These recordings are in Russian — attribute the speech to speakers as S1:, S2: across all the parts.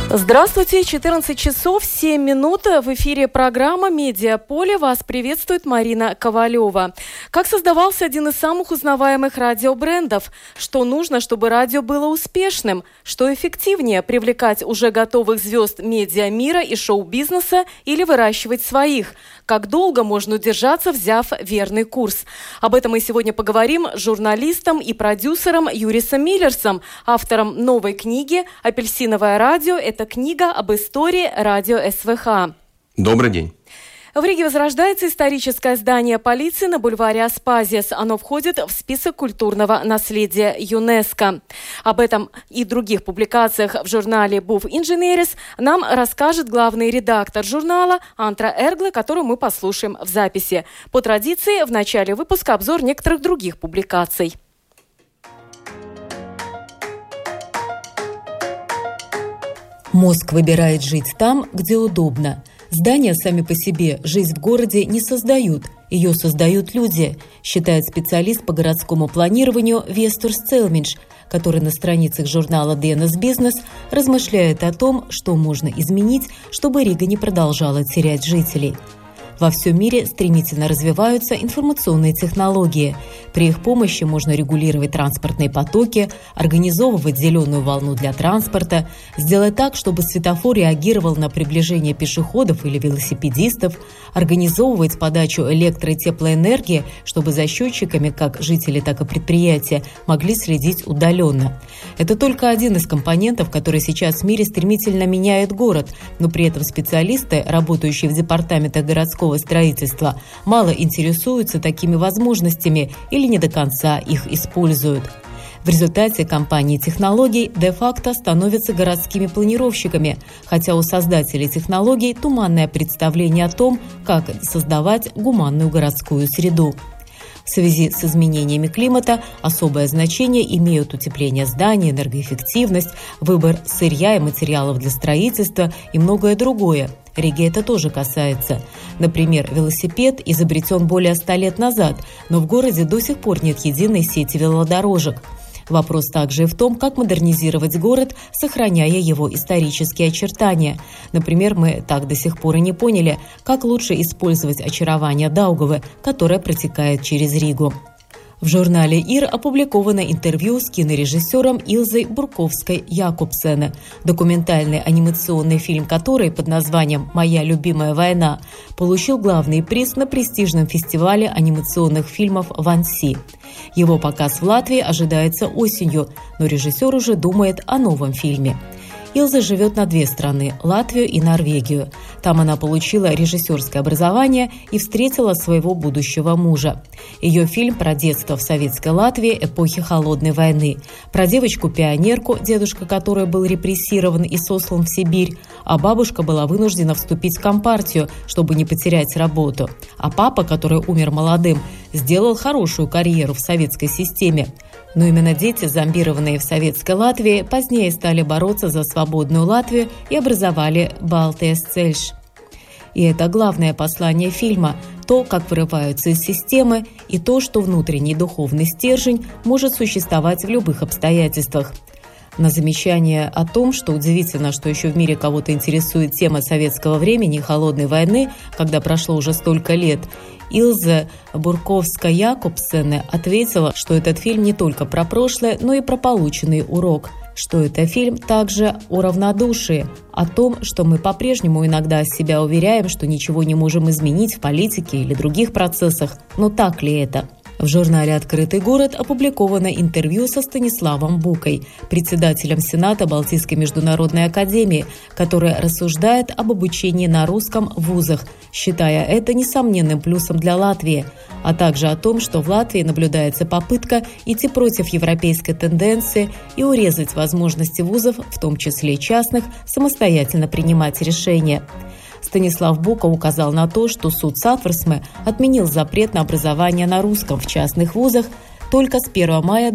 S1: Здравствуйте, 14 часов 7 минут. В эфире программа «Медиаполе». Вас приветствует Марина Ковалева. Как создавался один из самых узнаваемых радиобрендов? Что нужно, чтобы радио было успешным? Что эффективнее – привлекать уже готовых звезд медиамира и шоу-бизнеса или выращивать своих? Как долго можно удержаться, взяв верный курс? Об этом мы сегодня поговорим с журналистом и продюсером Юрисом Миллерсом, автором новой книги «Апельсиновое радио». Это книга об истории радио СВХ.
S2: Добрый день.
S1: В Риге возрождается историческое здание полиции на бульваре Аспазиас. Оно входит в список культурного наследия ЮНЕСКО. Об этом и других публикациях в журнале «Був Инженерис» нам расскажет главный редактор журнала Антра Эргле, которую мы послушаем в записи. По традиции, в начале выпуска обзор некоторых других публикаций.
S3: Мозг выбирает жить там, где удобно. Здания сами по себе жизнь в городе не создают, ее создают люди, считает специалист по городскому планированию Вестурс Целминш, который на страницах журнала «Денес Бизнес» размышляет о том, что можно изменить, чтобы Рига не продолжала терять жителей. Во всем мире стремительно развиваются информационные технологии. При их помощи можно регулировать транспортные потоки, организовывать зеленую волну для транспорта, сделать так, чтобы светофор реагировал на приближение пешеходов или велосипедистов, организовывать подачу электро- и теплоэнергии, чтобы за счетчиками как жители, так и предприятия могли следить удаленно. Это только один из компонентов, который сейчас в мире стремительно меняет город, но при этом специалисты, работающие в департаментах городского строительства, мало интересуются такими возможностями или не до конца их используют. В результате компании технологий де-факто становятся городскими планировщиками, хотя у создателей технологий туманное представление о том, как создавать гуманную городскую среду. В связи с изменениями климата особое значение имеют утепление зданий, энергоэффективность, выбор сырья и материалов для строительства и многое другое. Риги это тоже касается. Например, велосипед изобретен более 100 лет назад, но в городе до сих пор нет единой сети велодорожек. Вопрос также и в том, как модернизировать город, сохраняя его исторические очертания. Например, мы так до сих пор и не поняли, как лучше использовать очарование Даугавы, которое протекает через Ригу. В журнале «Ир» опубликовано интервью с кинорежиссером Илзой Бурковской-Якобсене, документальный анимационный фильм которой под названием «Моя любимая война» получил главный приз на престижном фестивале анимационных фильмов в Анси. Его показ в Латвии ожидается осенью, но режиссер уже думает о новом фильме. Илза живет на 2 страны – Латвию и Норвегию. Там она получила режиссерское образование и встретила своего будущего мужа. Ее фильм про детство в советской Латвии эпохи Холодной войны, про девочку-пионерку, дедушка которой был репрессирован и сослан в Сибирь, а бабушка была вынуждена вступить в компартию, чтобы не потерять работу. А папа, который умер молодым, сделал хорошую карьеру в советской системе. Но именно дети, зомбированные в советской Латвии, позднее стали бороться за свободную Латвию и образовали Балтijas ceļš. И это главное послание фильма – то, как вырываются из системы, и то, что внутренний духовный стержень может существовать в любых обстоятельствах. На замечание о том, что удивительно, что еще в мире кого-то интересует тема советского времени и холодной войны, когда прошло уже столько лет, Илза Бурковская-Якобсене ответила, что этот фильм не только про прошлое, но и про полученный урок, что это фильм также о равнодушии, о том, что мы по-прежнему иногда себя уверяем, что ничего не можем изменить в политике или других процессах, но так ли это? В журнале «Открытый город» опубликовано интервью со Станиславом Букой, председателем Сената Балтийской международной академии, который рассуждает об обучении на русском в вузах, считая это несомненным плюсом для Латвии, а также о том, что в Латвии наблюдается попытка идти против европейской тенденции и урезать возможности вузов, в том числе и частных, самостоятельно принимать решения. Станислав Бука указал на то, что суд Сатверсме отменил запрет на образование на русском в частных вузах только с 1 мая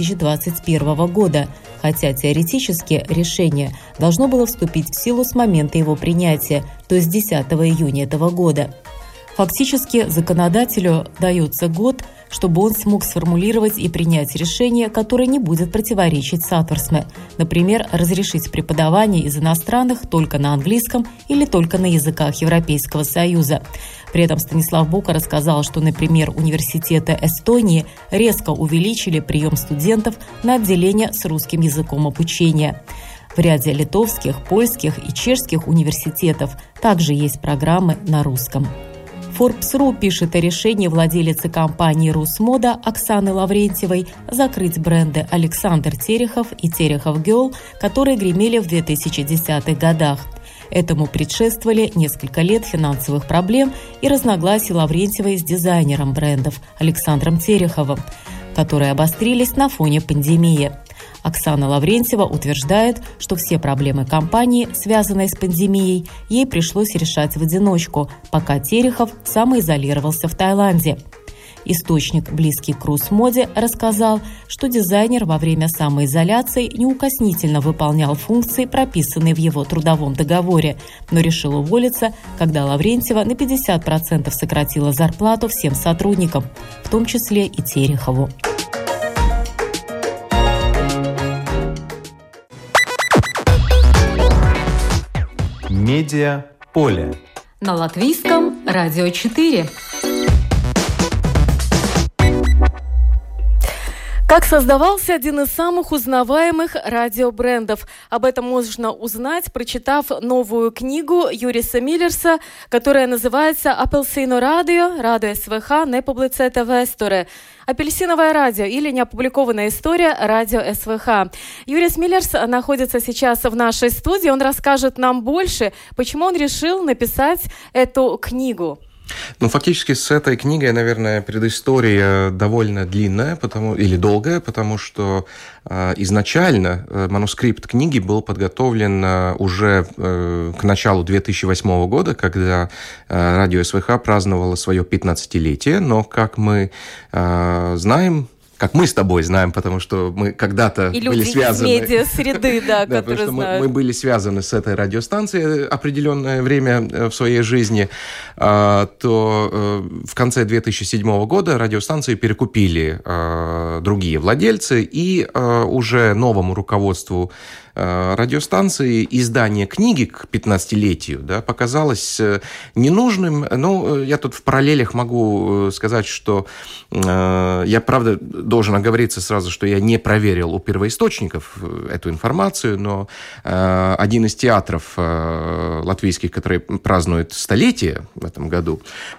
S3: 2021 года, хотя теоретически решение должно было вступить в силу с момента его принятия, то есть 10 июня этого года. Фактически законодателю дается год, чтобы он смог сформулировать и принять решение, которое не будет противоречить сатворсме. Например, разрешить преподавание из иностранных только на английском или только на языках Европейского Союза. При этом Станислав Бока рассказал, что, например, университеты Эстонии резко увеличили прием студентов на отделение с русским языком обучения. В ряде литовских, польских и чешских университетов также есть программы на русском. Forbes.ru пишет о решении владелицы компании «Русмода» Оксаны Лаврентьевой закрыть бренды «Александр Терехов» и «Терехов Girl», которые гремели в 2010-х годах. Этому предшествовали несколько лет финансовых проблем и разногласий Лаврентьевой с дизайнером брендов Александром Тереховым, которые обострились на фоне пандемии. Оксана Лаврентьева утверждает, что все проблемы компании, связанные с пандемией, ей пришлось решать в одиночку, пока Терехов самоизолировался в Таиланде. Источник, близкий к Русмоде, рассказал, что дизайнер во время самоизоляции неукоснительно выполнял функции, прописанные в его трудовом договоре, но решил уволиться, когда Лаврентьева на 50% сократила зарплату всем сотрудникам, в том числе и Терехову.
S2: Медиаполе.
S3: На Латвийском радио 4.
S1: Как создавался один из самых узнаваемых радиобрендов? Об этом можно узнать, прочитав новую книгу Юриса Миллерса, которая называется «Апельсино радио, радио СВХ, непублицēta vēsture». «Апельсиновое радио» или «Неопубликованная история радио СВХ». Юрис Миллерс находится сейчас в нашей студии. Он расскажет нам больше, почему он решил написать эту книгу.
S2: Фактически с этой книгой, наверное, предыстория довольно длинная или долгая, потому что изначально манускрипт книги был подготовлен уже к началу 2008 года, когда радио СВХ праздновало свое 15-летие, но, как мы знаем, как мы с тобой знаем, потому что мы когда-то были связаны...
S1: И люди из медиа-среды, которые знают.
S2: Мы были связаны с этой радиостанцией определенное время в своей жизни, то в конце 2007 года радиостанцию перекупили другие владельцы, и уже новому руководству радиостанции издание книги к 15-летию показалось ненужным. Я тут в параллелях могу сказать, что я, правда, должен оговориться сразу, что я не проверил у первоисточников эту информацию, но один из театров латвийских, который празднует столетие в этом году,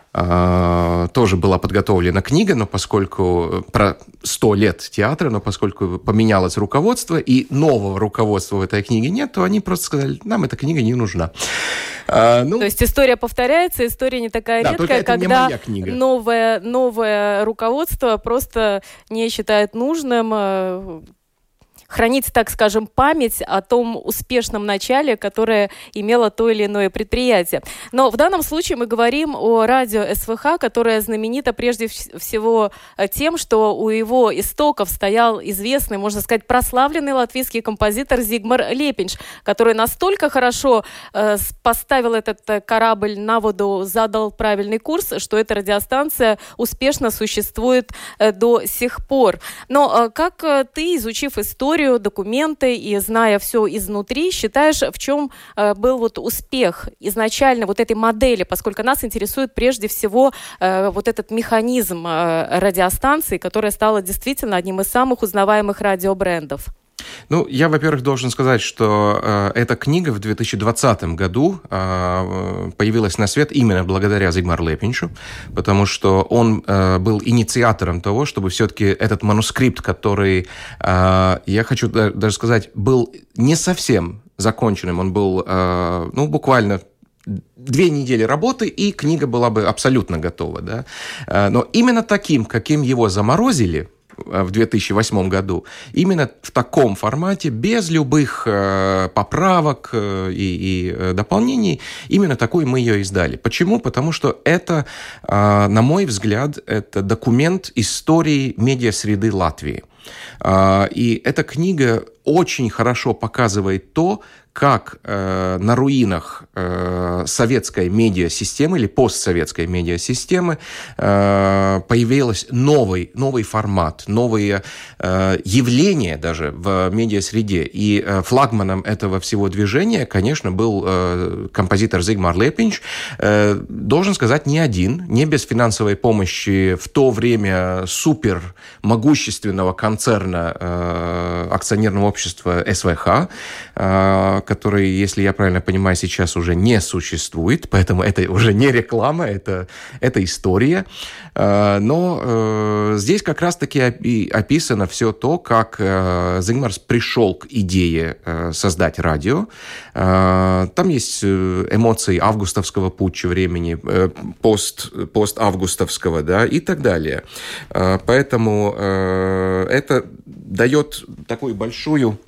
S2: тоже была подготовлена книга, но поскольку про 100 лет театра, но поскольку поменялось руководство и нового руководства в этой книге нет, то они просто сказали, нам эта книга не нужна.
S1: То есть история повторяется, история не такая редкая, когда новое руководство просто не считает нужным хранить, так скажем, память о том успешном начале, которое имело то или иное предприятие. Но в данном случае мы говорим о радио СВХ, которое знаменито прежде всего тем, что у его истоков стоял известный, можно сказать, прославленный латвийский композитор Зигмар Лепинш, который настолько хорошо поставил этот корабль на воду, задал правильный курс, что эта радиостанция успешно существует до сих пор. Но как ты, изучив историю, документы и зная все изнутри, считаешь, в чем был успех изначально этой модели, поскольку нас интересует прежде всего этот механизм радиостанции, которая стала действительно одним из самых узнаваемых радиобрендов?
S2: Я, во-первых, должен сказать, что эта книга в 2020 году появилась на свет именно благодаря Зигмару Лепиншу, потому что он был инициатором того, чтобы все-таки этот манускрипт, который, я хочу даже сказать, был не совсем законченным, он был, буквально 2 недели работы, и книга была бы абсолютно готова, да? Но именно таким, каким его заморозили в 2008 году, именно в таком формате, без любых поправок и дополнений, именно такой мы ее издали. Почему? Потому что это, на мой взгляд, это документ истории медиасреды Латвии. И эта книга очень хорошо показывает то, как на руинах советской медиасистемы или постсоветской медиасистемы появился новый формат, новые явления даже в медиасреде. И флагманом этого всего движения, конечно, был композитор Зигмар Лепинш. Должен сказать, не один, не без финансовой помощи в то время супер могущественного концерна акционерного общества СВХ, который, если я правильно понимаю, сейчас уже не существует, поэтому это уже не реклама, это история. Но здесь как раз-таки описано все то, как Зигмарс пришел к идее создать радио. Там есть эмоции августовского путча времени, пост-августовского, да, и так далее. Поэтому это дает такую большую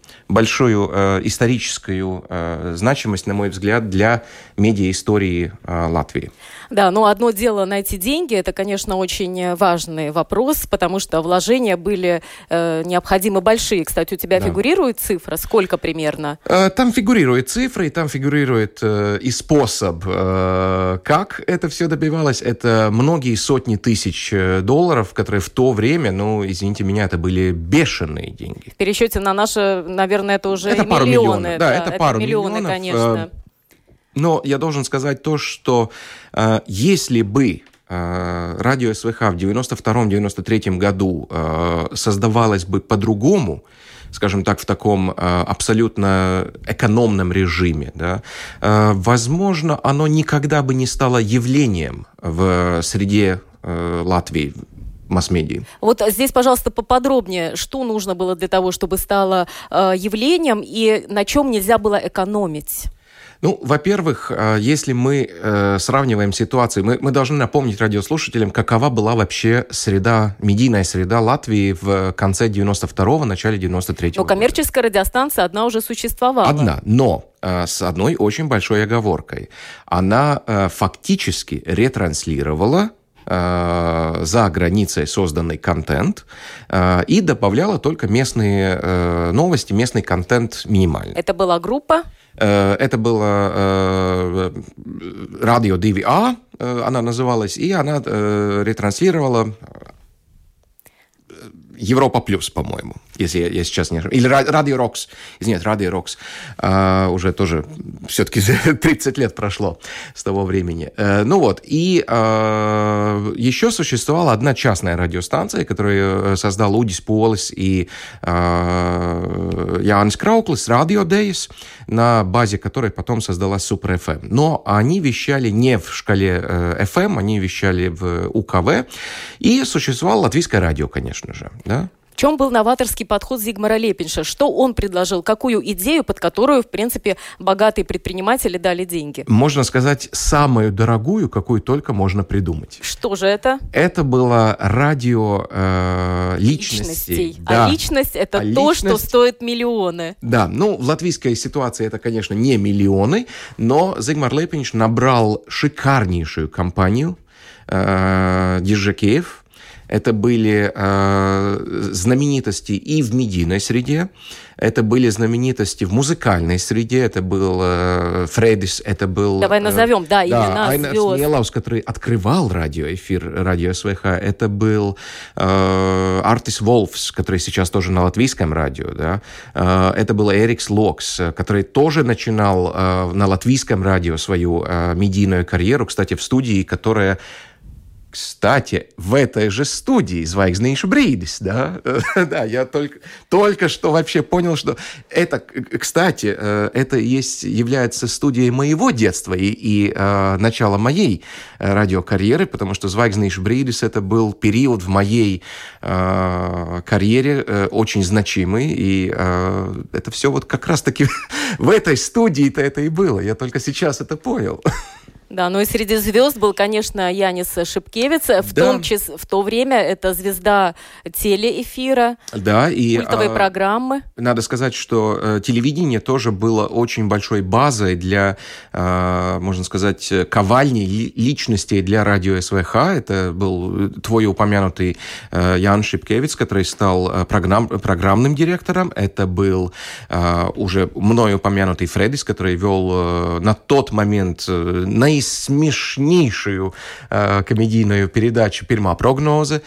S2: историческую значимость, на мой взгляд, для медиаистории Латвии.
S1: Да, но одно дело найти деньги, это, конечно, очень важный вопрос, потому что вложения были необходимы большие. Кстати, у тебя фигурирует цифра? Сколько примерно?
S2: Там фигурируют цифры, и там фигурирует и способ, как это все добивалось. Это многие сотни тысяч долларов, которые в то время, извините меня, это были бешеные деньги.
S1: В пересчете на наши, наверное, это уже
S2: это
S1: миллионы.
S2: Пару миллионов. Да, это пару
S1: миллионов, конечно.
S2: Но я должен сказать то, что если бы радио СВХ в 92-93 году создавалось бы по-другому, скажем так, в таком абсолютно экономном режиме, да, возможно, оно никогда бы не стало явлением в среде Латвии, масс-медии.
S1: Вот здесь, пожалуйста, поподробнее, что нужно было для того, чтобы стало явлением, и на чем нельзя было экономить?
S2: Во-первых, если мы сравниваем ситуации, мы должны напомнить радиослушателям, какова была вообще медийная среда Латвии в конце 92-го, начале 93-го года.
S1: Но коммерческая радиостанция одна уже существовала.
S2: Одна, но с одной очень большой оговоркой. Она фактически ретранслировала за границей созданный контент и добавляла только местные новости, местный контент минимальный.
S1: Это была группа?
S2: Это было радио 2А, она называлась, и она ретранслировала Европа Плюс, по-моему, если я сейчас не ошибаюсь. Или Радио Рокс. Нет, Радио Рокс. Уже тоже все-таки 30 лет прошло с того времени. И еще существовала одна частная радиостанция, которую создал Удис Полис и Jānis Krauklис, Радио Дейс, на базе которой потом создалась Супер FM. Но они вещали не в шкале FM, они вещали в УКВ. И существовало латвийское радио, конечно же. Да?
S1: В чем был новаторский подход Зигмара Лепинша? Что он предложил? Какую идею, под которую, в принципе, богатые предприниматели дали деньги?
S2: Можно сказать, самую дорогую, какую только можно придумать.
S1: Что же это?
S2: Это было радио личностей.
S1: Да. А личность – это то, что стоит миллионы.
S2: Да, в латвийской ситуации это, конечно, не миллионы, но Зигмар Лепинш набрал шикарнейшую компанию Диджакеев. Это были знаменитости и в медийной среде, это были знаменитости в музыкальной среде, это был Фредис, это был...
S1: Давай назовем, имена
S2: звезд. Айнар Смелаус, который открывал радиоэфир, радио СВХ, это был Артис Волфс, который сейчас тоже на латвийском радио, да? Это был Эрикс Локс, который тоже начинал на латвийском радио свою медийную карьеру, кстати, в студии, которая... Кстати, в этой же студии «Zvaigznīšu brīdis», да? Да, я только что вообще понял, что это, кстати, это является студией моего детства и начала моей радиокарьеры, потому что «Zvaigznīšu brīdis» это был период в моей карьере очень значимый, и это все вот как раз-таки в этой студии-то это и было. Я только сейчас это понял.
S1: Да, ну и среди звезд был, конечно, Янис Шипкевич, в то время это звезда телеэфира,
S2: да, и
S1: культовой программы.
S2: Надо сказать, что телевидение тоже было очень большой базой для, можно сказать, ковальни личностей для радио СВХ. Это был твой упомянутый Ян Шипкевич, который стал программным директором. Это был уже мной упомянутый Фредис, который вел на тот момент наисмешнейшую комедийную передачу «Pirmā prognoze».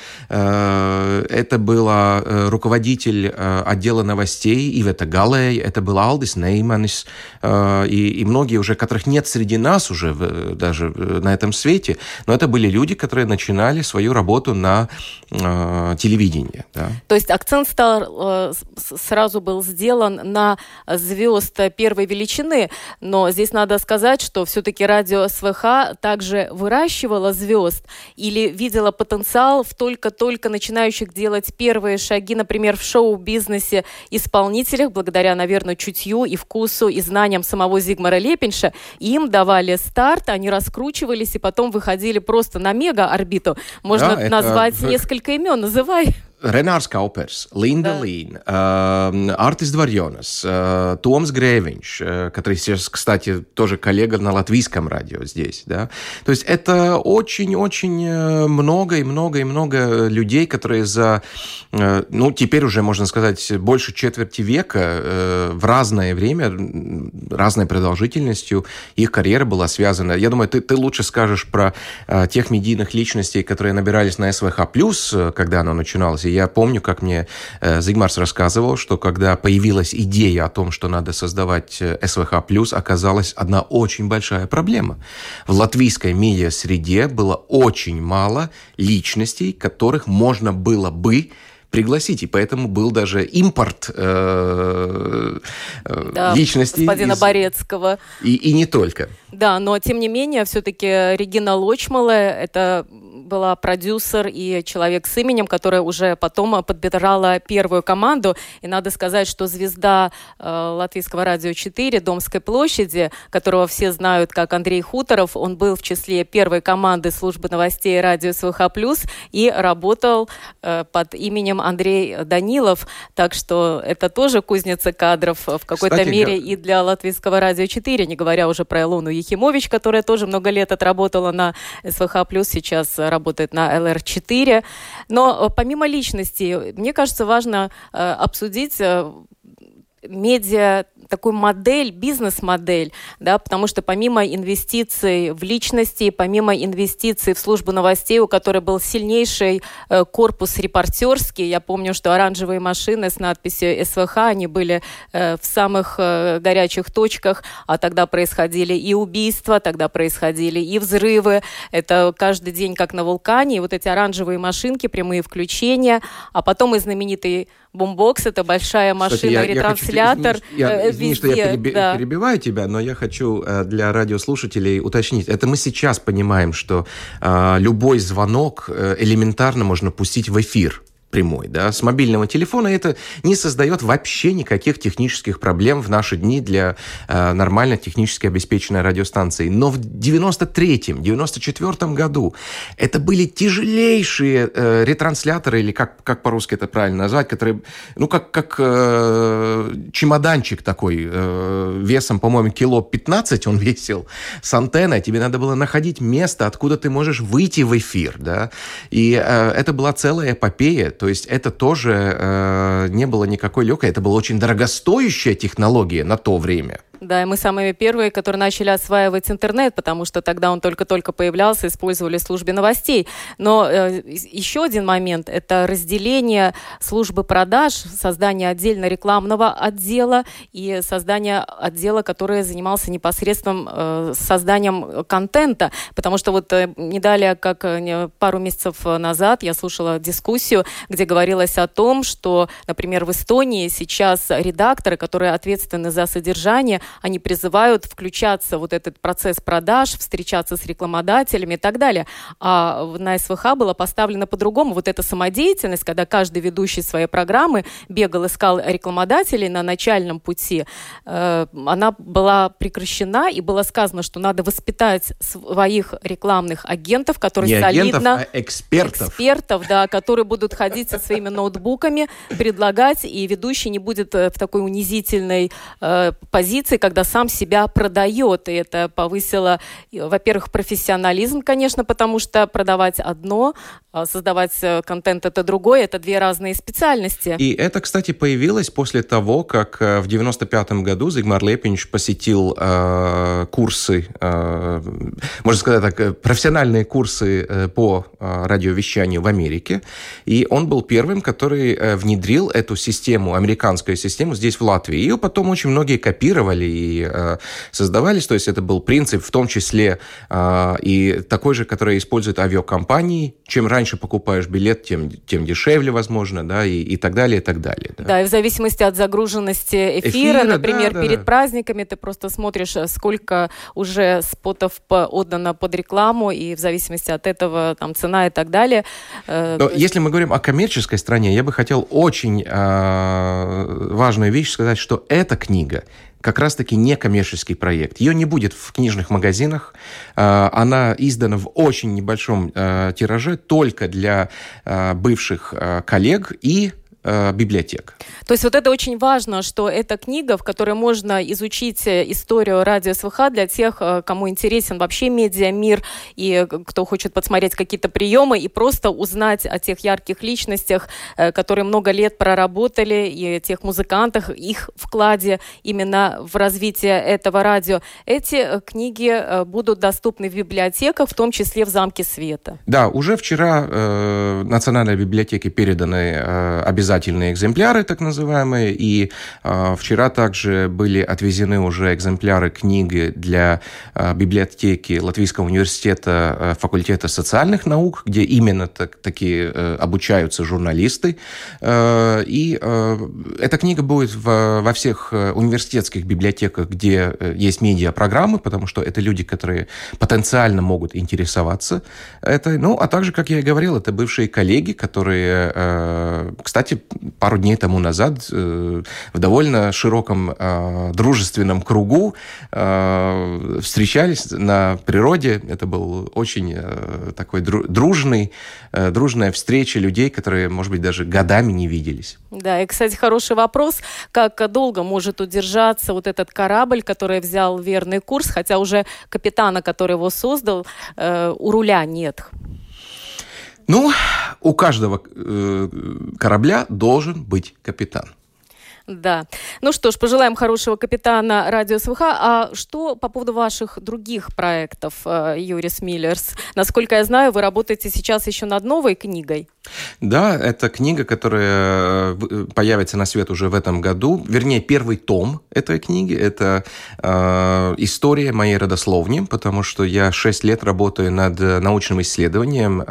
S2: Это была руководитель отдела новостей Ивета Галей, это был Алдис Нейманис, и многие уже, которых нет среди нас уже даже на этом свете, но это были люди, которые начинали свою работу на телевидении. Да.
S1: То есть акцент сразу был сделан на звезд первой величины, но здесь надо сказать, что все-таки радио СВХ также выращивало звезд или видела потенциал в только-только начинающих делать первые шаги, например, в шоу-бизнесе исполнителях, благодаря, наверное, чутью и вкусу и знаниям самого Зигмара Лепинша. Им давали старт, они раскручивались и потом выходили просто на мега-орбиту. Можно назвать несколько имен, называй.
S2: Renārs Kaupers, Linda Līn, Artis Dvarjonas, Томс Гревинч, который сейчас, кстати, тоже коллега на латвийском радио здесь, да. То есть это очень-очень много людей, которые за, теперь уже, можно сказать, больше четверти века в разное время, разной продолжительностью их карьера была связана. Я думаю, ты лучше скажешь про тех медийных личностей, которые набирались на СВХ+, когда оно начиналось. Я помню, как мне Зигмарс рассказывал, что когда появилась идея о том, что надо создавать СВХ+, оказалась одна очень большая проблема. В латвийской медиа-среде было очень мало личностей, которых можно было бы пригласить, и поэтому был даже импорт личностей.
S1: Господина Борецкого.
S2: И не только.
S1: Да, но тем не менее, все-таки Регина Лочмале, это была продюсер и человек с именем, которая уже потом подбирала первую команду. И надо сказать, что звезда Латвийского радио 4 Домской площади, которого все знают как Андрей Хуторов, он был в числе первой команды службы новостей радио СВХ+, и работал под именем Андрей Данилов. Так что это тоже кузница кадров в какой-то мере и для Латвийского радио 4, не говоря уже про Илону Ехимович, которая тоже много лет отработала на СВХ+, сейчас работает на ЛР-4. Но помимо личности, мне кажется, важно обсудить медиа, такую модель, бизнес-модель, да, потому что помимо инвестиций в личности, помимо инвестиций в службу новостей, у которой был сильнейший корпус репортерский, я помню, что оранжевые машины с надписью СВХ, они были в самых горячих точках, а тогда происходили и убийства, тогда происходили и взрывы, это каждый день как на вулкане, и вот эти оранжевые машинки, прямые включения, а потом и знаменитый бумбокс, это большая машина, ретранслятор.
S2: Извини, что я перебиваю тебя, но я хочу для радиослушателей уточнить. Это мы сейчас понимаем, что любой звонок элементарно можно пустить в эфир прямой, да, с мобильного телефона. Это не создает вообще никаких технических проблем в наши дни для нормально технически обеспеченной радиостанции. Но в 93-м, 94-м году это были тяжелейшие ретрансляторы, или как по-русски это правильно назвать, которые, как чемоданчик такой, весом, по-моему, кило 15 он весил, с антенной. Тебе надо было находить место, откуда ты можешь выйти в эфир, да. И это была целая эпопея. То есть это тоже не было никакой легкой, это была очень дорогостоящая технология на то время.
S1: Да, и мы самые первые, которые начали осваивать интернет, потому что тогда он только-только появлялся, использовали в службе новостей. Но еще один момент – это разделение службы продаж, создание отдельно рекламного отдела и создание отдела, который занимался непосредственным созданием контента. Потому что вот не далее, как пару месяцев назад, я слушала дискуссию, где говорилось о том, что, например, в Эстонии сейчас редакторы, которые ответственны за содержание, они призывают включаться в вот этот процесс продаж, встречаться с рекламодателями и так далее. А на СВХ было поставлено по-другому. Вот эта самодеятельность, когда каждый ведущий своей программы бегал, искал рекламодателей на начальном пути, она была прекращена, и было сказано, что надо воспитать своих рекламных агентов, которые солидно... Экспертов, да, которые будут ходить со своими ноутбуками, предлагать, и ведущий не будет в такой унизительной позиции, когда сам себя продает. И это повысило, во-первых, профессионализм, конечно, потому что продавать одно, создавать контент — это другое, это две разные специальности.
S2: И это, кстати, появилось после того, как в 95-м году Зигмар Лепинш посетил курсы, можно сказать так, профессиональные курсы по радиовещанию в Америке. И он был первым, который внедрил эту систему, американскую систему, здесь, в Латвии. Ее потом очень многие копировали и создавались. То есть это был принцип, в том числе и такой же, который используют авиакомпании. Чем раньше покупаешь билет, тем дешевле, возможно, да, и так далее, и так далее. Да,
S1: да, и в зависимости от загруженности эфира, например, да, перед праздниками ты просто смотришь, сколько уже спотов отдано под рекламу, и в зависимости от этого там цена и так далее.
S2: Но если мы говорим о коммерческой стороне, я бы хотел очень важную вещь сказать, что эта книга как раз-таки не коммерческий проект. Ее не будет в книжных магазинах. Она издана в очень небольшом тираже только для бывших коллег и библиотек.
S1: То есть вот это очень важно, что эта книга, в которой можно изучить историю радио СВХ для тех, кому интересен вообще медиамир и кто хочет подсмотреть какие-то приемы и просто узнать о тех ярких личностях, которые много лет проработали, и тех музыкантах, их вкладе именно в развитие этого радио. Эти книги будут доступны в библиотеках, в том числе в Замке Света.
S2: Да, уже вчера Национальной библиотеке переданы обязательные экземпляры, так называемые, и вчера также были отвезены уже экземпляры книги для библиотеки Латвийского университета факультета социальных наук, где именно такие обучаются журналисты. И эта книга будет во всех университетских библиотеках, где есть медиапрограммы, потому что это люди, которые потенциально могут интересоваться этой. Ну, а также, как я и говорил, это бывшие коллеги, которые, кстати, пару дней тому назад в довольно широком дружественном кругу встречались на природе. Это был очень такой дружная встреча людей, которые, может быть, даже годами не виделись.
S1: Да, и, кстати, хороший вопрос. Как долго может удержаться вот этот корабль, который взял верный курс, хотя уже капитана, который его создал, у руля нет?
S2: Ну, у каждого корабля должен быть капитан.
S1: Да. Ну что ж, пожелаем хорошего капитана радио СВХ. А что по поводу ваших других проектов, Юрис Миллерс? Насколько я знаю, вы работаете сейчас еще над новой книгой.
S2: Да, это книга, которая появится на свет уже в этом году. Вернее, первый том этой книги. Это история моей родословни, потому что я 6 лет работаю над научным исследованием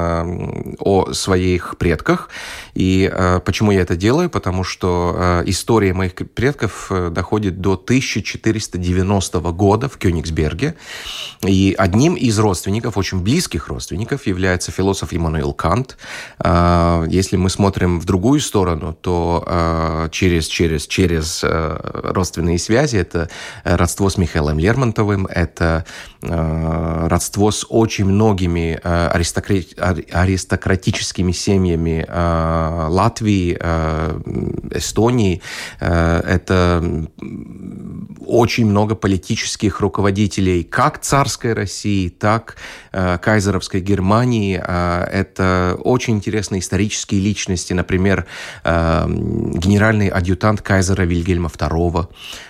S2: о своих предках. И почему я это делаю? Потому что история моих предков доходит до 1490 года в Кёнигсберге. И одним из родственников, очень близких родственников, является философ Иммануил Кант. Если мы смотрим в другую сторону, то через родственные связи это родство с Михаилом Лермонтовым, это родство с очень многими аристократическими семьями Латвии, Эстонии. Это очень много политических руководителей как царской России, так кайзеровской Германии. Это очень интересные исторические личности, например, генеральный адъютант кайзера Вильгельма II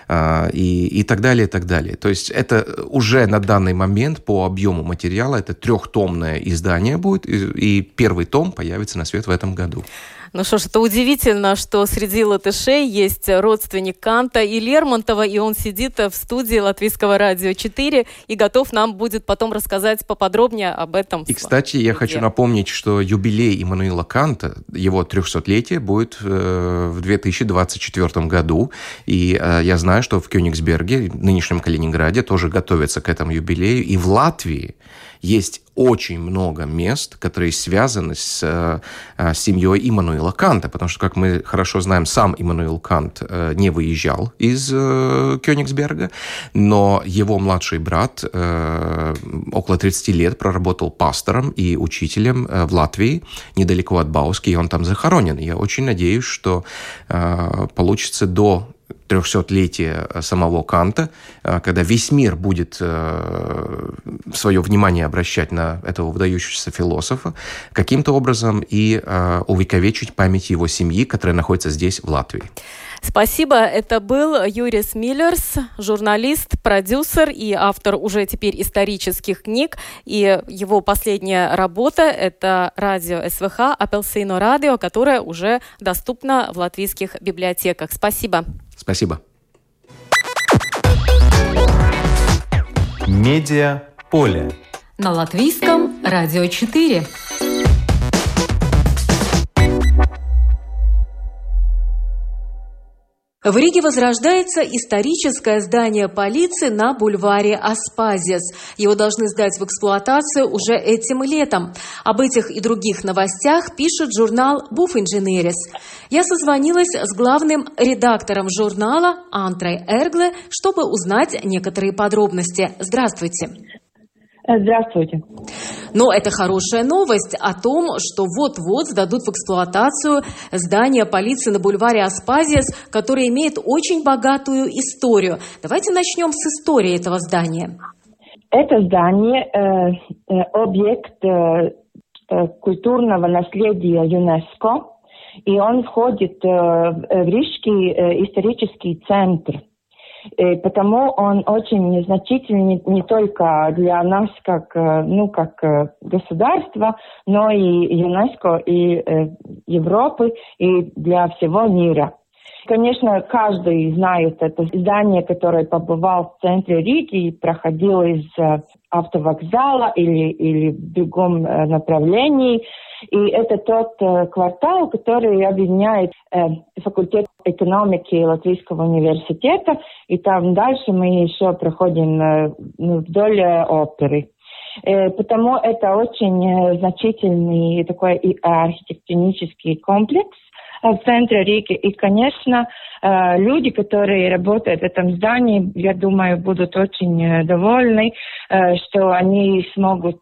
S2: и так далее, и так далее. То есть это уже на данный момент по объему материала это 3-томное издание будет, и первый том появится на свет в этом году.
S1: Ну что ж, это удивительно, что среди латышей есть родственник Канта и Лермонтова, и он сидит в студии Латвийского радио 4 и готов нам будет потом рассказать поподробнее об этом.
S2: И, кстати, я хочу напомнить, что юбилей Иммануила Канта, его 300-летие, будет в 2024 году. И я знаю, что в Кёнигсберге, нынешнем Калининграде, тоже готовятся к этому юбилею. И в Латвии есть очень много мест, которые связаны с семьей Иммануила Канта, потому что, как мы хорошо знаем, сам Иммануил Кант не выезжал из Кёнигсберга, но его младший брат около 30 лет проработал пастором и учителем в Латвии, недалеко от Бауски, и он там захоронен. Я очень надеюсь, что получится до 300-летия самого Канта, когда весь мир будет свое внимание обращать на этого выдающегося философа, каким-то образом и увековечить память его семьи, которая находится здесь, в Латвии.
S1: Спасибо. Это был Юрис Миллерс, журналист, продюсер и автор уже теперь исторических книг. И его последняя работа – это радио СВХ «Апельсино радио», которое уже доступно в латвийских библиотеках. Спасибо.
S2: Спасибо.
S3: Медиаполе. На Латвийском радио 4.
S1: В Риге возрождается историческое здание полиции на бульваре Аспазиас. Его должны сдать в эксплуатацию уже этим летом. Об этих и других новостях пишет журнал «Буфинженерис». Я созвонилась с главным редактором журнала Антрой Эргле, чтобы узнать некоторые подробности. Здравствуйте.
S4: Здравствуйте.
S1: Но это хорошая новость о том, что вот-вот сдадут в эксплуатацию здание полиции на бульваре Аспазиас, которое имеет очень богатую историю. Давайте начнем с истории этого здания.
S4: Это здание объект культурного наследия ЮНЕСКО, и он входит в Рижский исторический центр. Потому он очень значительный не только для нас как государства, но и ЮНЕСКО, и Европы, и для всего мира. Конечно, каждый знает это здание, которое побывал в центре Риги и проходил из автовокзала или в другом направлении. И это тот квартал, который объединяет факультет экономики Латвийского университета. И там дальше мы еще проходим вдоль оперы. Потому это очень значительный такой архитектонический комплекс в центре Риги. И, конечно, люди, которые работают в этом здании, я думаю, будут очень довольны, что они смогут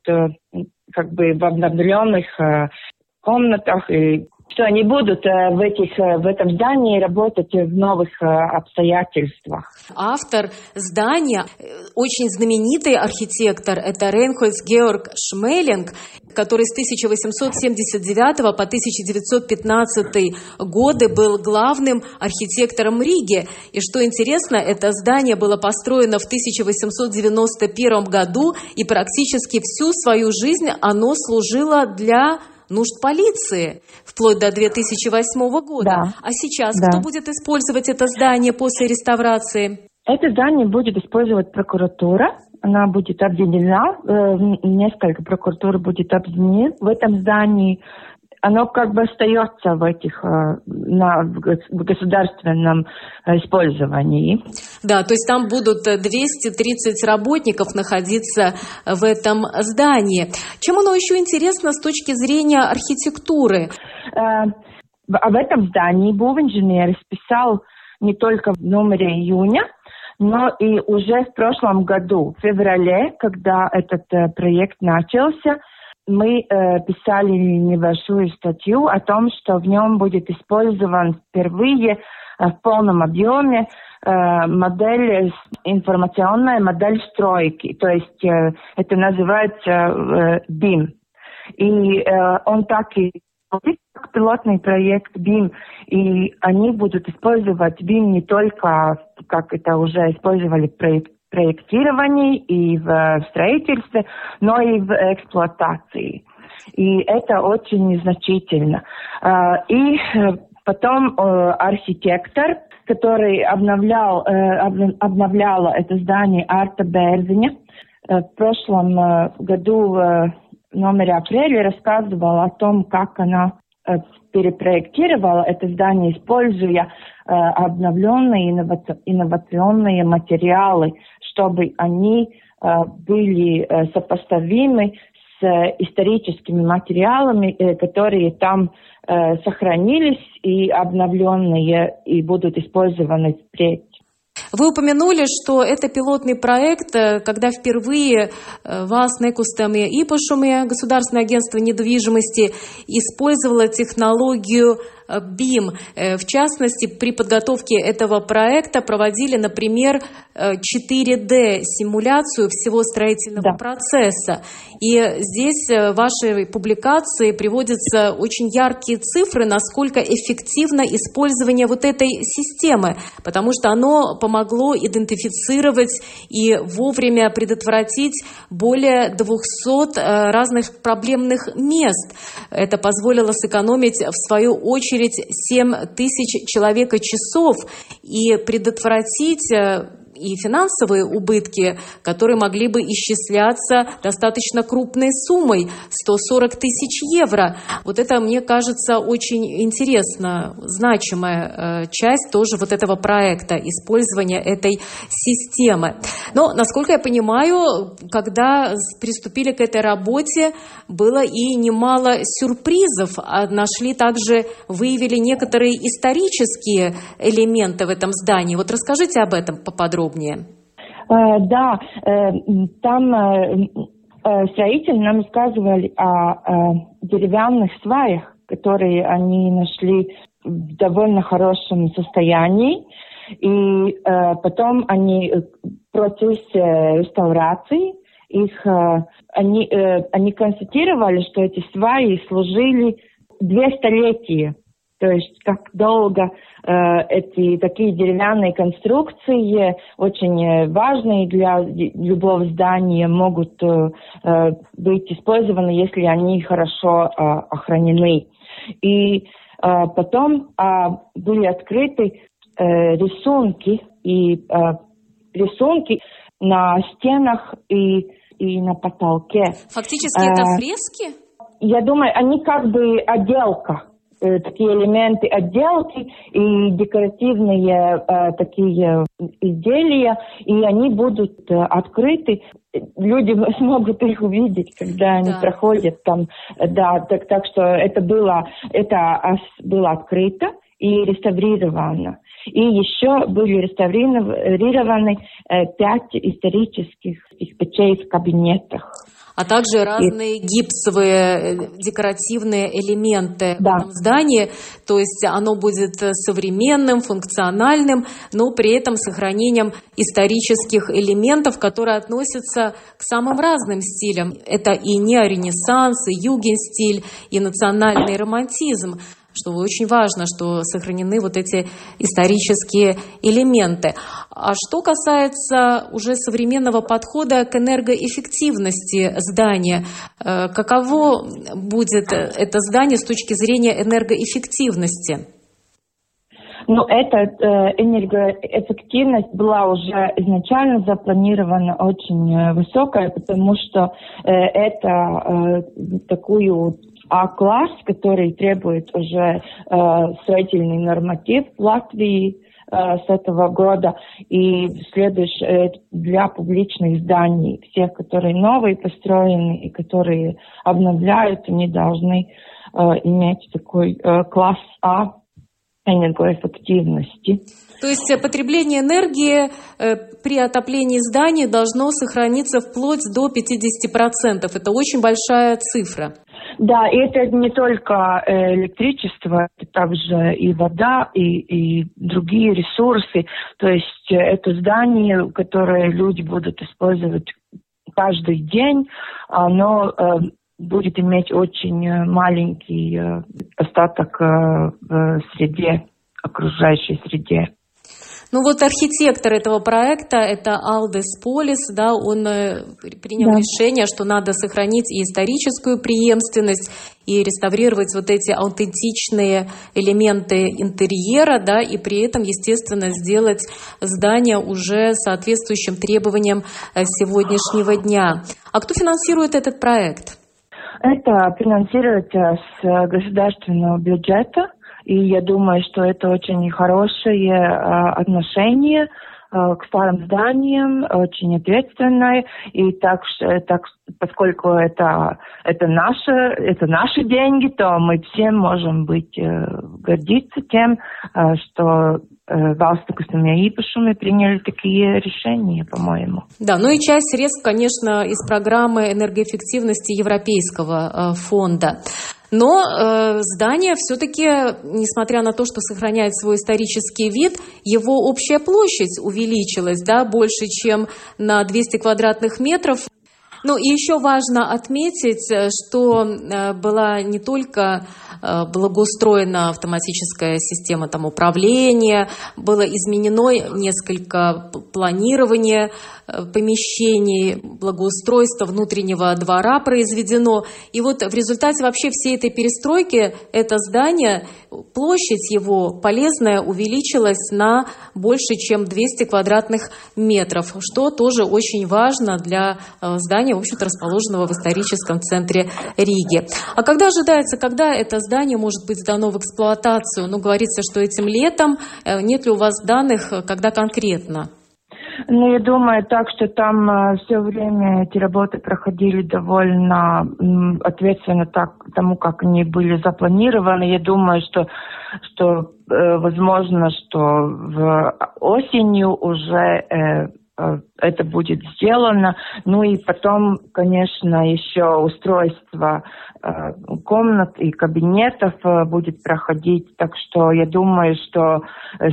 S4: в обновленных комнатах, и что они будут в этом здании работать в новых обстоятельствах.
S1: Автор здания, очень знаменитый архитектор, это Рейнхольд Георг Шмелинг, который с 1879 по 1915 годы был главным архитектором Риги. И что интересно, это здание было построено в 1891 году, и практически всю свою жизнь оно служило для нужд полиции, вплоть до 2008 года.
S4: Да.
S1: А сейчас кто будет использовать это здание после реставрации?
S4: Это здание будет использовать прокуратура. Она будет объединена, несколько прокуратур будет объединены в этом здании. Оно остается в государственном использовании. Да,
S1: то есть там будут 230 работников находиться в этом здании. Чем оно еще интересно с точки зрения архитектуры?
S4: Об этом здании Буфинженерис писал не только в номере июня, но и уже в прошлом году, в феврале, когда этот проект начался, мы писали небольшую статью о том, что в нем будет использован впервые в полном объеме информационная модель стройки. То есть это называется BIM. И он так и пилотный проект BIM. И они будут использовать BIM не только, как это уже использовали в проектировании и в строительстве, но и в эксплуатации. И это очень значительно. И потом архитектор, который обновляла это здание, Арта Берзиня, в прошлом году в номере «Апреле» рассказывала о том, как она перепроектировала это здание, используя обновленные инновационные материалы, чтобы они были сопоставимы с историческими материалами, которые там сохранились и обновленные, и будут использованы впредь.
S3: Вы упомянули, что это пилотный проект, когда впервые ВАС Некустами и Ипошуми, Государственное агентство недвижимости, использовало технологию BIM. В частности, при подготовке этого проекта проводили, например, 4D-симуляцию всего строительного процесса. И здесь в вашей публикации приводятся очень яркие цифры, насколько эффективно использование вот этой системы, потому что оно помогло идентифицировать и вовремя предотвратить более 200 разных проблемных мест. Это позволило сэкономить, в свою очередь, 7 тысяч человека-часов и предотвратить и финансовые убытки, которые могли бы исчисляться достаточно крупной суммой – 140 тысяч евро. Вот это, мне кажется, очень интересно, значимая часть тоже вот этого проекта, использования этой системы. Но, насколько я понимаю, когда приступили к этой работе, было и немало сюрпризов. Выявили некоторые исторические элементы в этом здании. Вот расскажите об этом поподробнее.
S4: Да, там строители нам рассказывали о деревянных сваях, которые они нашли в довольно хорошем состоянии. И потом они в процессе реставрации они констатировали, что эти сваи служили 2 столетия. То есть как долго эти такие деревянные конструкции, очень важные для любого здания, могут быть использованы, если они хорошо охранены. И потом были открыты рисунки на стенах и на потолке.
S3: Фактически это фрески?
S4: Я думаю, они как бы отделка. Такие элементы отделки и декоративные такие изделия, и они будут открыты. Люди смогут их увидеть, когда они проходят там. Да, так что это было открыто и реставрировано. И еще были реставрированы 5 исторических печей в кабинетах.
S3: А также разные гипсовые декоративные элементы в этом здании. То есть оно будет современным, функциональным, но при этом с сохранением исторических элементов, которые относятся к самым разным стилям. Это и неоренессанс, и югенстиль, и национальный романтизм. Что очень важно, что сохранены вот эти исторические элементы. А что касается уже современного подхода к энергоэффективности здания, каково будет это здание с точки зрения энергоэффективности?
S4: Эта энергоэффективность была уже изначально запланирована очень высокая, потому что это такую А-класс, который требует уже строительный норматив в Латвии с этого года, и следующее для публичных зданий, всех, которые новые построены и которые обновляются, они должны иметь такой класс А энергоэффективности.
S3: То есть потребление энергии при отоплении зданий должно сохраниться вплоть до 50%. Это очень большая цифра.
S4: Да, и это не только электричество, это также и вода, и другие ресурсы. То есть это здание, которое люди будут использовать каждый день, оно будет иметь очень маленький остаток в среде, окружающей среде.
S3: Ну вот архитектор этого проекта, это Алдис Полис, да, он принял решение, что надо сохранить и историческую преемственность, и реставрировать вот эти аутентичные элементы интерьера, да, и при этом, естественно, сделать здание уже соответствующим требованиям сегодняшнего дня. А кто финансирует этот проект?
S4: Это финансируется с государственного бюджета. И я думаю, что это очень хорошее отношение к старым зданиям, очень ответственное. И так поскольку это наши деньги, то мы все можем гордиться тем, что valsts nekustamie īpašumi приняли такие решения, по-моему.
S3: Да, ну и часть средств, конечно, из программы энергоэффективности Европейского фонда. Но здание все-таки, несмотря на то, что сохраняет свой исторический вид, его общая площадь увеличилась, да, больше, чем на 200 квадратных метров. Ну и еще важно отметить, что была не только благоустроена автоматическая система там, управления, было изменено несколько планирования помещений, благоустройство внутреннего двора произведено. И вот в результате вообще всей этой перестройки это здание, площадь его полезная увеличилась на больше, чем 200 квадратных метров, что тоже очень важно для здания, в общем-то, расположенного в историческом центре Риги. А когда ожидается, когда это здание может быть сдано в эксплуатацию? Ну, говорится, что этим летом. Нет ли у вас данных, когда конкретно?
S4: Ну, я думаю так, что там все время эти работы проходили довольно ответственно тому, как они были запланированы. Я думаю, что возможно, что в осенью уже это будет сделано. Ну и потом, конечно, еще устройство комнат и кабинетов будет проходить. Так что я думаю, что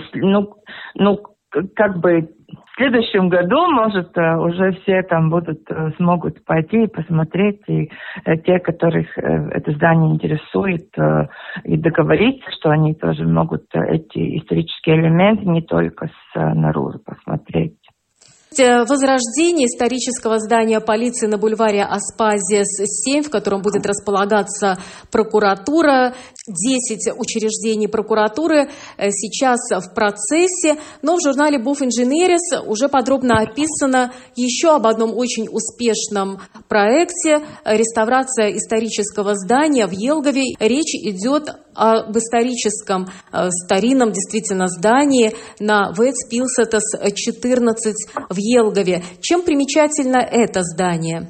S4: как бы в следующем году, может, уже все там смогут пойти и посмотреть, и те, которых это здание интересует, и договориться, что они тоже могут эти исторические элементы не только снаружи посмотреть.
S3: Возрождение исторического здания полиции на бульваре Аспазиас-7, в котором будет располагаться прокуратура, 10 учреждений прокуратуры сейчас в процессе, но в журнале Буф Инженерис уже подробно описано еще об одном очень успешном проекте – реставрация исторического здания в Елгове. Речь идет об историческом старинном действительно здании на Вецпилсетас 14 в Елгове. Чем примечательно это здание?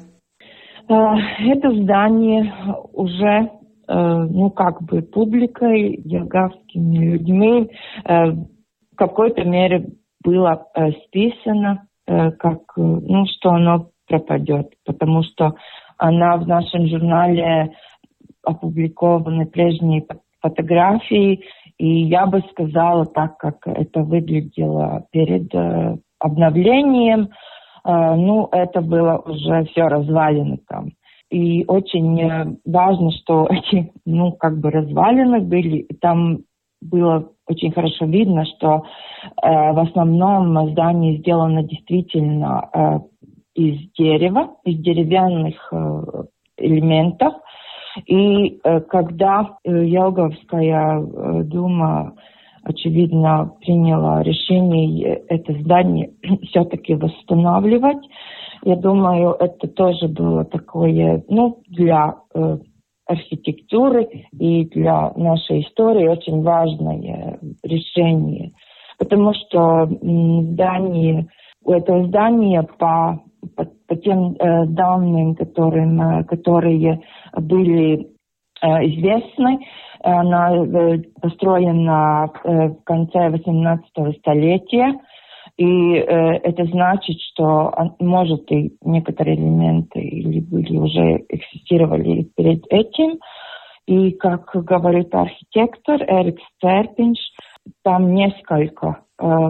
S4: Это здание уже публикой, елгавскими людьми в какой-то мере было списано, что оно пропадет, потому что она в нашем журнале опубликованы прежние фотографии, и я бы сказала, так как это выглядело перед обновлением, это было уже все развалено там. И очень важно, что эти, развалины были, и там было очень хорошо видно, что в основном здание сделано действительно из дерева, из деревянных элементов. И когда Елговская дума, очевидно, приняла решение это здание все-таки восстанавливать, я думаю, это тоже было такое, для архитектуры и для нашей истории очень важное решение. Потому что у этого здания по тем данным, которые были известны, она построена в конце 18 столетия, и это значит, что, может, и некоторые элементы уже экзистировали перед этим. И, как говорит архитектор Эрикс Церпинш, там несколько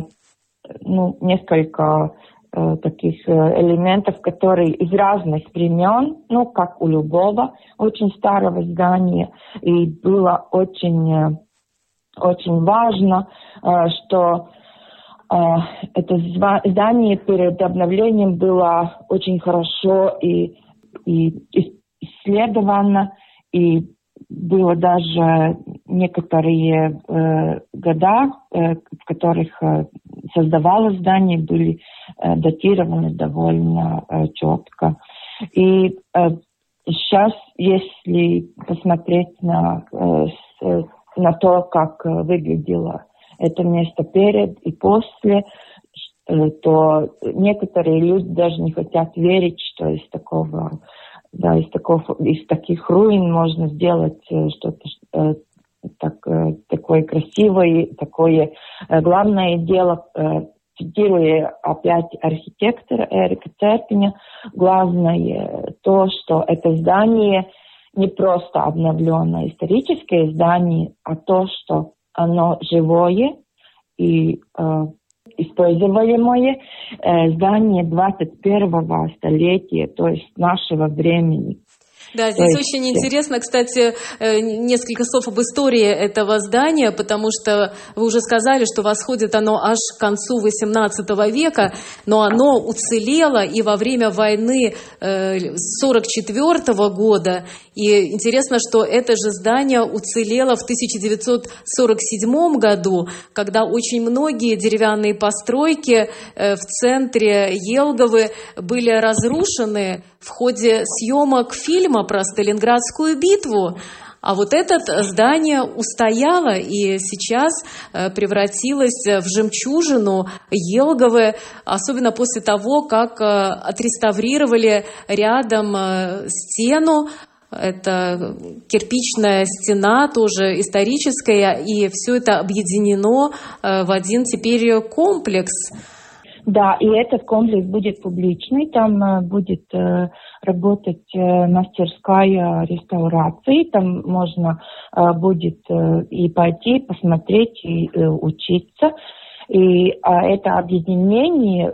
S4: таких элементов, которые из разных времен, как у любого очень старого здания. И было очень важно, что Это здание перед обновлением было очень хорошо и исследовано, и было даже некоторые года, в которых создавалось здание, были датированы довольно четко. И сейчас, если посмотреть на то, как выглядело это место перед и после, то некоторые люди даже не хотят верить, что из таких руин можно сделать что-то такое красивое, такое главное дело, цитируя опять архитектора Эрика Церпиня, главное то, что это здание не просто обновленное историческое здание, а то, что оно живое и используемое здание 21-го столетия, то есть нашего времени.
S1: Да, здесь очень интересно, кстати, несколько слов об истории этого здания, потому что вы уже сказали, что восходит оно аж к концу XVIII века, но оно уцелело и во время войны 1944 года. И интересно, что это же здание уцелело в 1947 году, когда очень многие деревянные постройки в центре Елговы были разрушены в ходе съемок фильма про Сталинградскую битву. А вот это здание устояло и сейчас превратилось в жемчужину Елговы, особенно после того, как отреставрировали рядом стену. Это кирпичная стена, тоже историческая, и все это объединено в один теперь комплекс.
S4: Да, и этот комплекс будет публичный, там будет работать мастерская реставрации, там можно будет и пойти, посмотреть, и учиться. И это объединение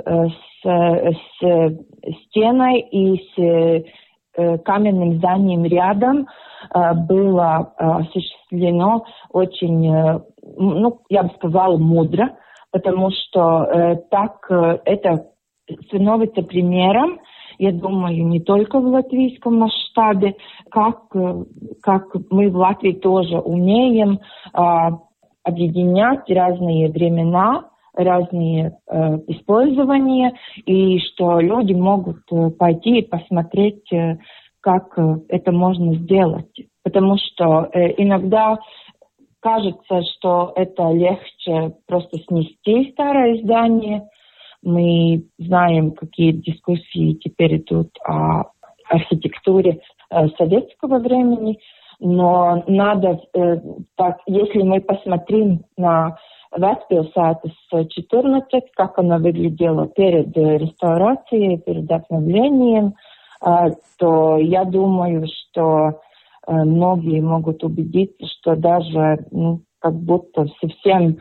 S4: с стеной и с каменным зданием рядом было осуществлено очень, я бы сказала, мудро, потому что так это становится примером, я думаю, не только в латвийском масштабе, как мы в Латвии тоже умеем объединять разные времена, разные использования, и что люди могут пойти и посмотреть, как это можно сделать. Потому что иногда кажется, что это легче просто снести старое здание. Мы знаем, какие дискуссии теперь идут о архитектуре советского времени, но надо, так, если мы посмотрим на Вецпилсētu 14, как она выглядела перед реставрацией, перед обновлением, то я думаю, что многие могут убедиться, что даже как будто совсем,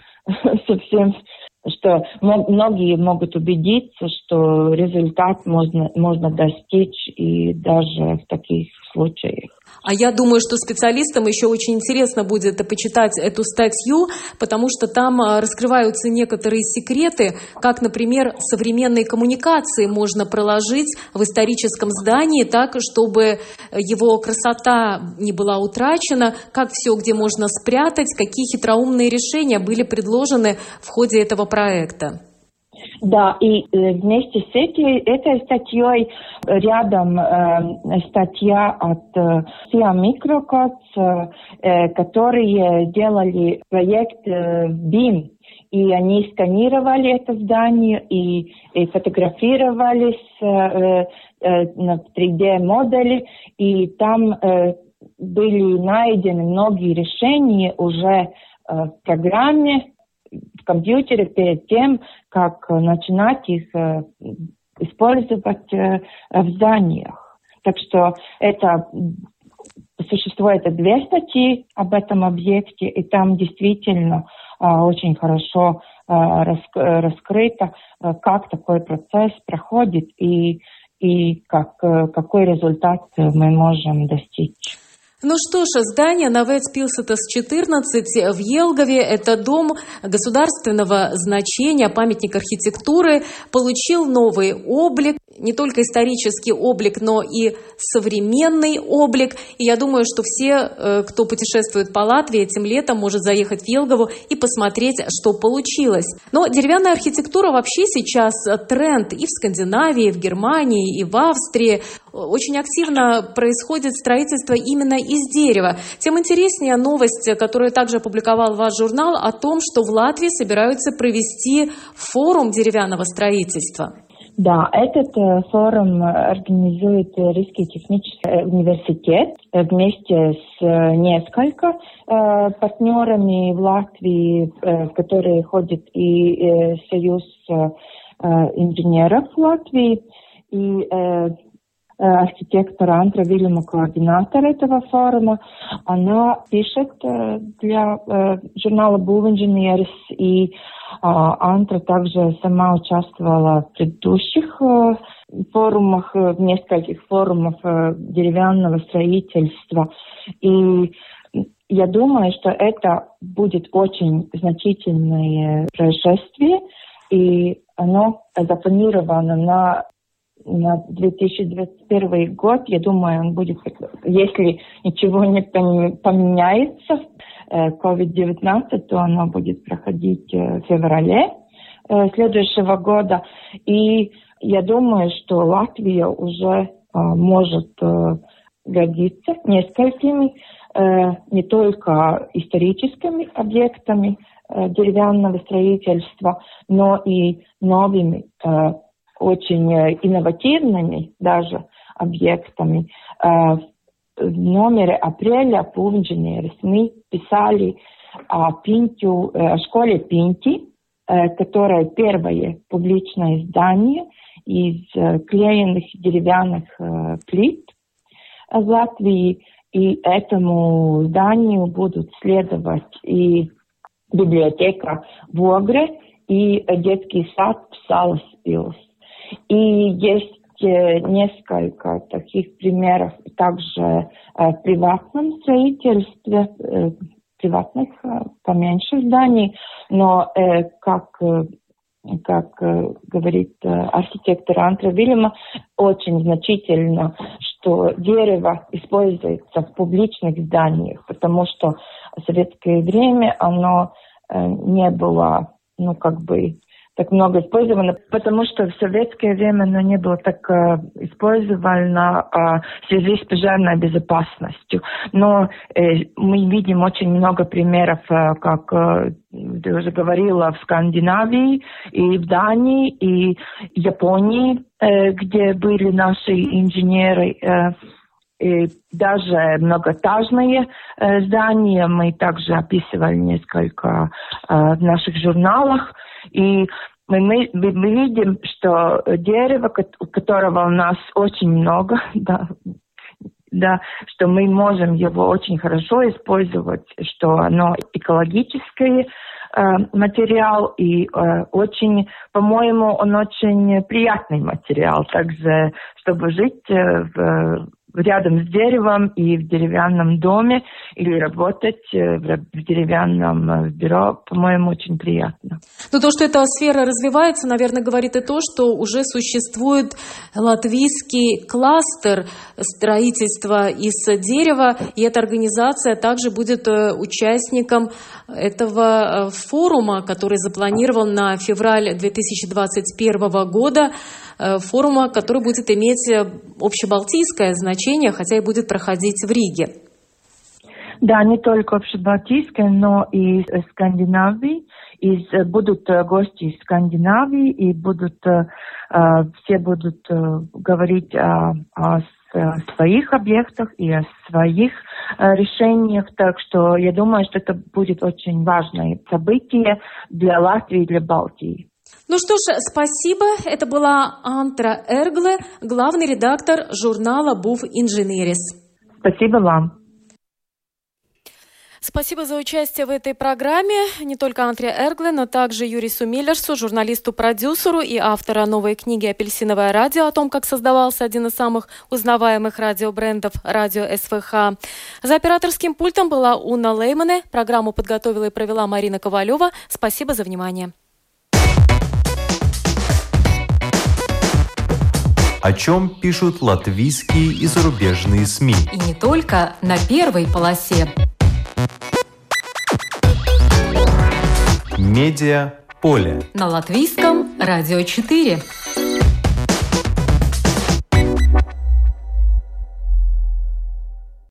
S4: что многие могут убедиться, что результат можно достичь и даже в таких случаях.
S1: А я думаю, что специалистам еще очень интересно будет почитать эту статью, потому что там раскрываются некоторые секреты, как, например, современные коммуникации можно проложить в историческом здании так, чтобы его красота не была утрачена, как все, где можно спрятать, какие хитроумные решения были предложены в ходе этого проекта.
S4: Да, и вместе с этой статьей рядом статья от SIA Microcots, которые делали проект BIM, и они сканировали это здание и фотографировались на 3D-модели, и там были найдены многие решения уже в программе, в компьютере перед тем, как начинать их использовать в зданиях. Так что существует две статьи об этом объекте, и там действительно очень хорошо раскрыто, как такой процесс проходит и какой результат мы можем достичь.
S3: Ну что ж, здание Навецпилсетас 14 в Елгове, это дом государственного значения, памятник архитектуры, получил новый облик, не только исторический облик, но и современный облик. И я думаю, что все, кто путешествует по Латвии этим летом, может заехать в Елгову и посмотреть, что получилось. Но деревянная архитектура вообще сейчас тренд и в Скандинавии, и в Германии, и в Австрии. Очень активно происходит строительство именно из дерева. Тем интереснее новость, которую также опубликовал ваш журнал, о том, что в Латвии собираются провести форум деревянного строительства.
S4: Да, этот форум организует Рижский технический университет вместе с несколькими партнерами в Латвии, в которые входит и Союз инженеров Латвии, и архитектор Антра Вильяма, координатор этого форума. Она пишет для журнала «Būvinženieris», и Антра также сама участвовала в предыдущих форумах, в нескольких форумах деревянного строительства. И я думаю, что это будет очень значительное происшествие, и оно запланировано на 2021 год. Я думаю, он будет, если ничего не поменяется, COVID-19, то оно будет проходить в феврале следующего года. И я думаю, что Латвия уже может гордиться несколькими не только историческими объектами деревянного строительства, но и новыми очень инновативными даже объектами. В номере апреля «Būvinženieris» мы писали о школе Пинти, которая первое публичное здание из клеенных деревянных плит в Латвии. И этому зданию будут следовать и библиотека в Огре, и детский сад в Salaspils. И есть несколько таких примеров также в приватном строительстве, приватных поменьше зданий, но как говорит архитектор Антра Вильяма, очень значительно, что дерево используется в публичных зданиях, потому что в советское время оно не было, так много использовано, потому что в советское время оно не было так использовано в связи с пожарной безопасностью. Но мы видим очень много примеров, как ты уже говорила, в Скандинавии, и в Дании, и в Японии, где были наши инженеры. И даже многоэтажные здания мы также описывали несколько в наших журналах. И мы видим, что дерево, которого у нас очень много, да, что мы можем его очень хорошо использовать, что оно экологический материал и очень, по-моему, он очень приятный материал. Также, чтобы жить рядом с деревом и в деревянном доме или работать в деревянном бюро, по-моему, очень приятно.
S3: Но то, что эта сфера развивается, наверное, говорит и то, что уже существует латвийский кластер строительства из дерева, и эта организация также будет участником этого форума, который запланирован на февраль 2021 года, форума, который будет иметь общебалтийское значение, хотя и будет проходить в Риге.
S4: Да, не только общебалтийское, но и из Скандинавии. Будут гости из Скандинавии, и все будут говорить о своих объектах и о своих решениях. Так что я думаю, что это будет очень важное событие для Латвии и для Балтии.
S3: Ну что ж, спасибо. Это была Антра Эргле, главный редактор журнала «Būvinženieris».
S4: Спасибо вам.
S1: Спасибо за участие в этой программе не только Антре Эргле, но также Юрису Миллерсу, журналисту-продюсеру и автора новой книги «Апельсиновое радио» о том, как создавался один из самых узнаваемых радиобрендов «Радио СВХ». За операторским пультом была Уна Леймане. Программу подготовила и провела Марина Ковалева. Спасибо за внимание.
S5: О чем пишут латвийские и зарубежные СМИ.
S3: И не только на первой полосе.
S5: Медиа поле.
S3: На Латвийском радио 4.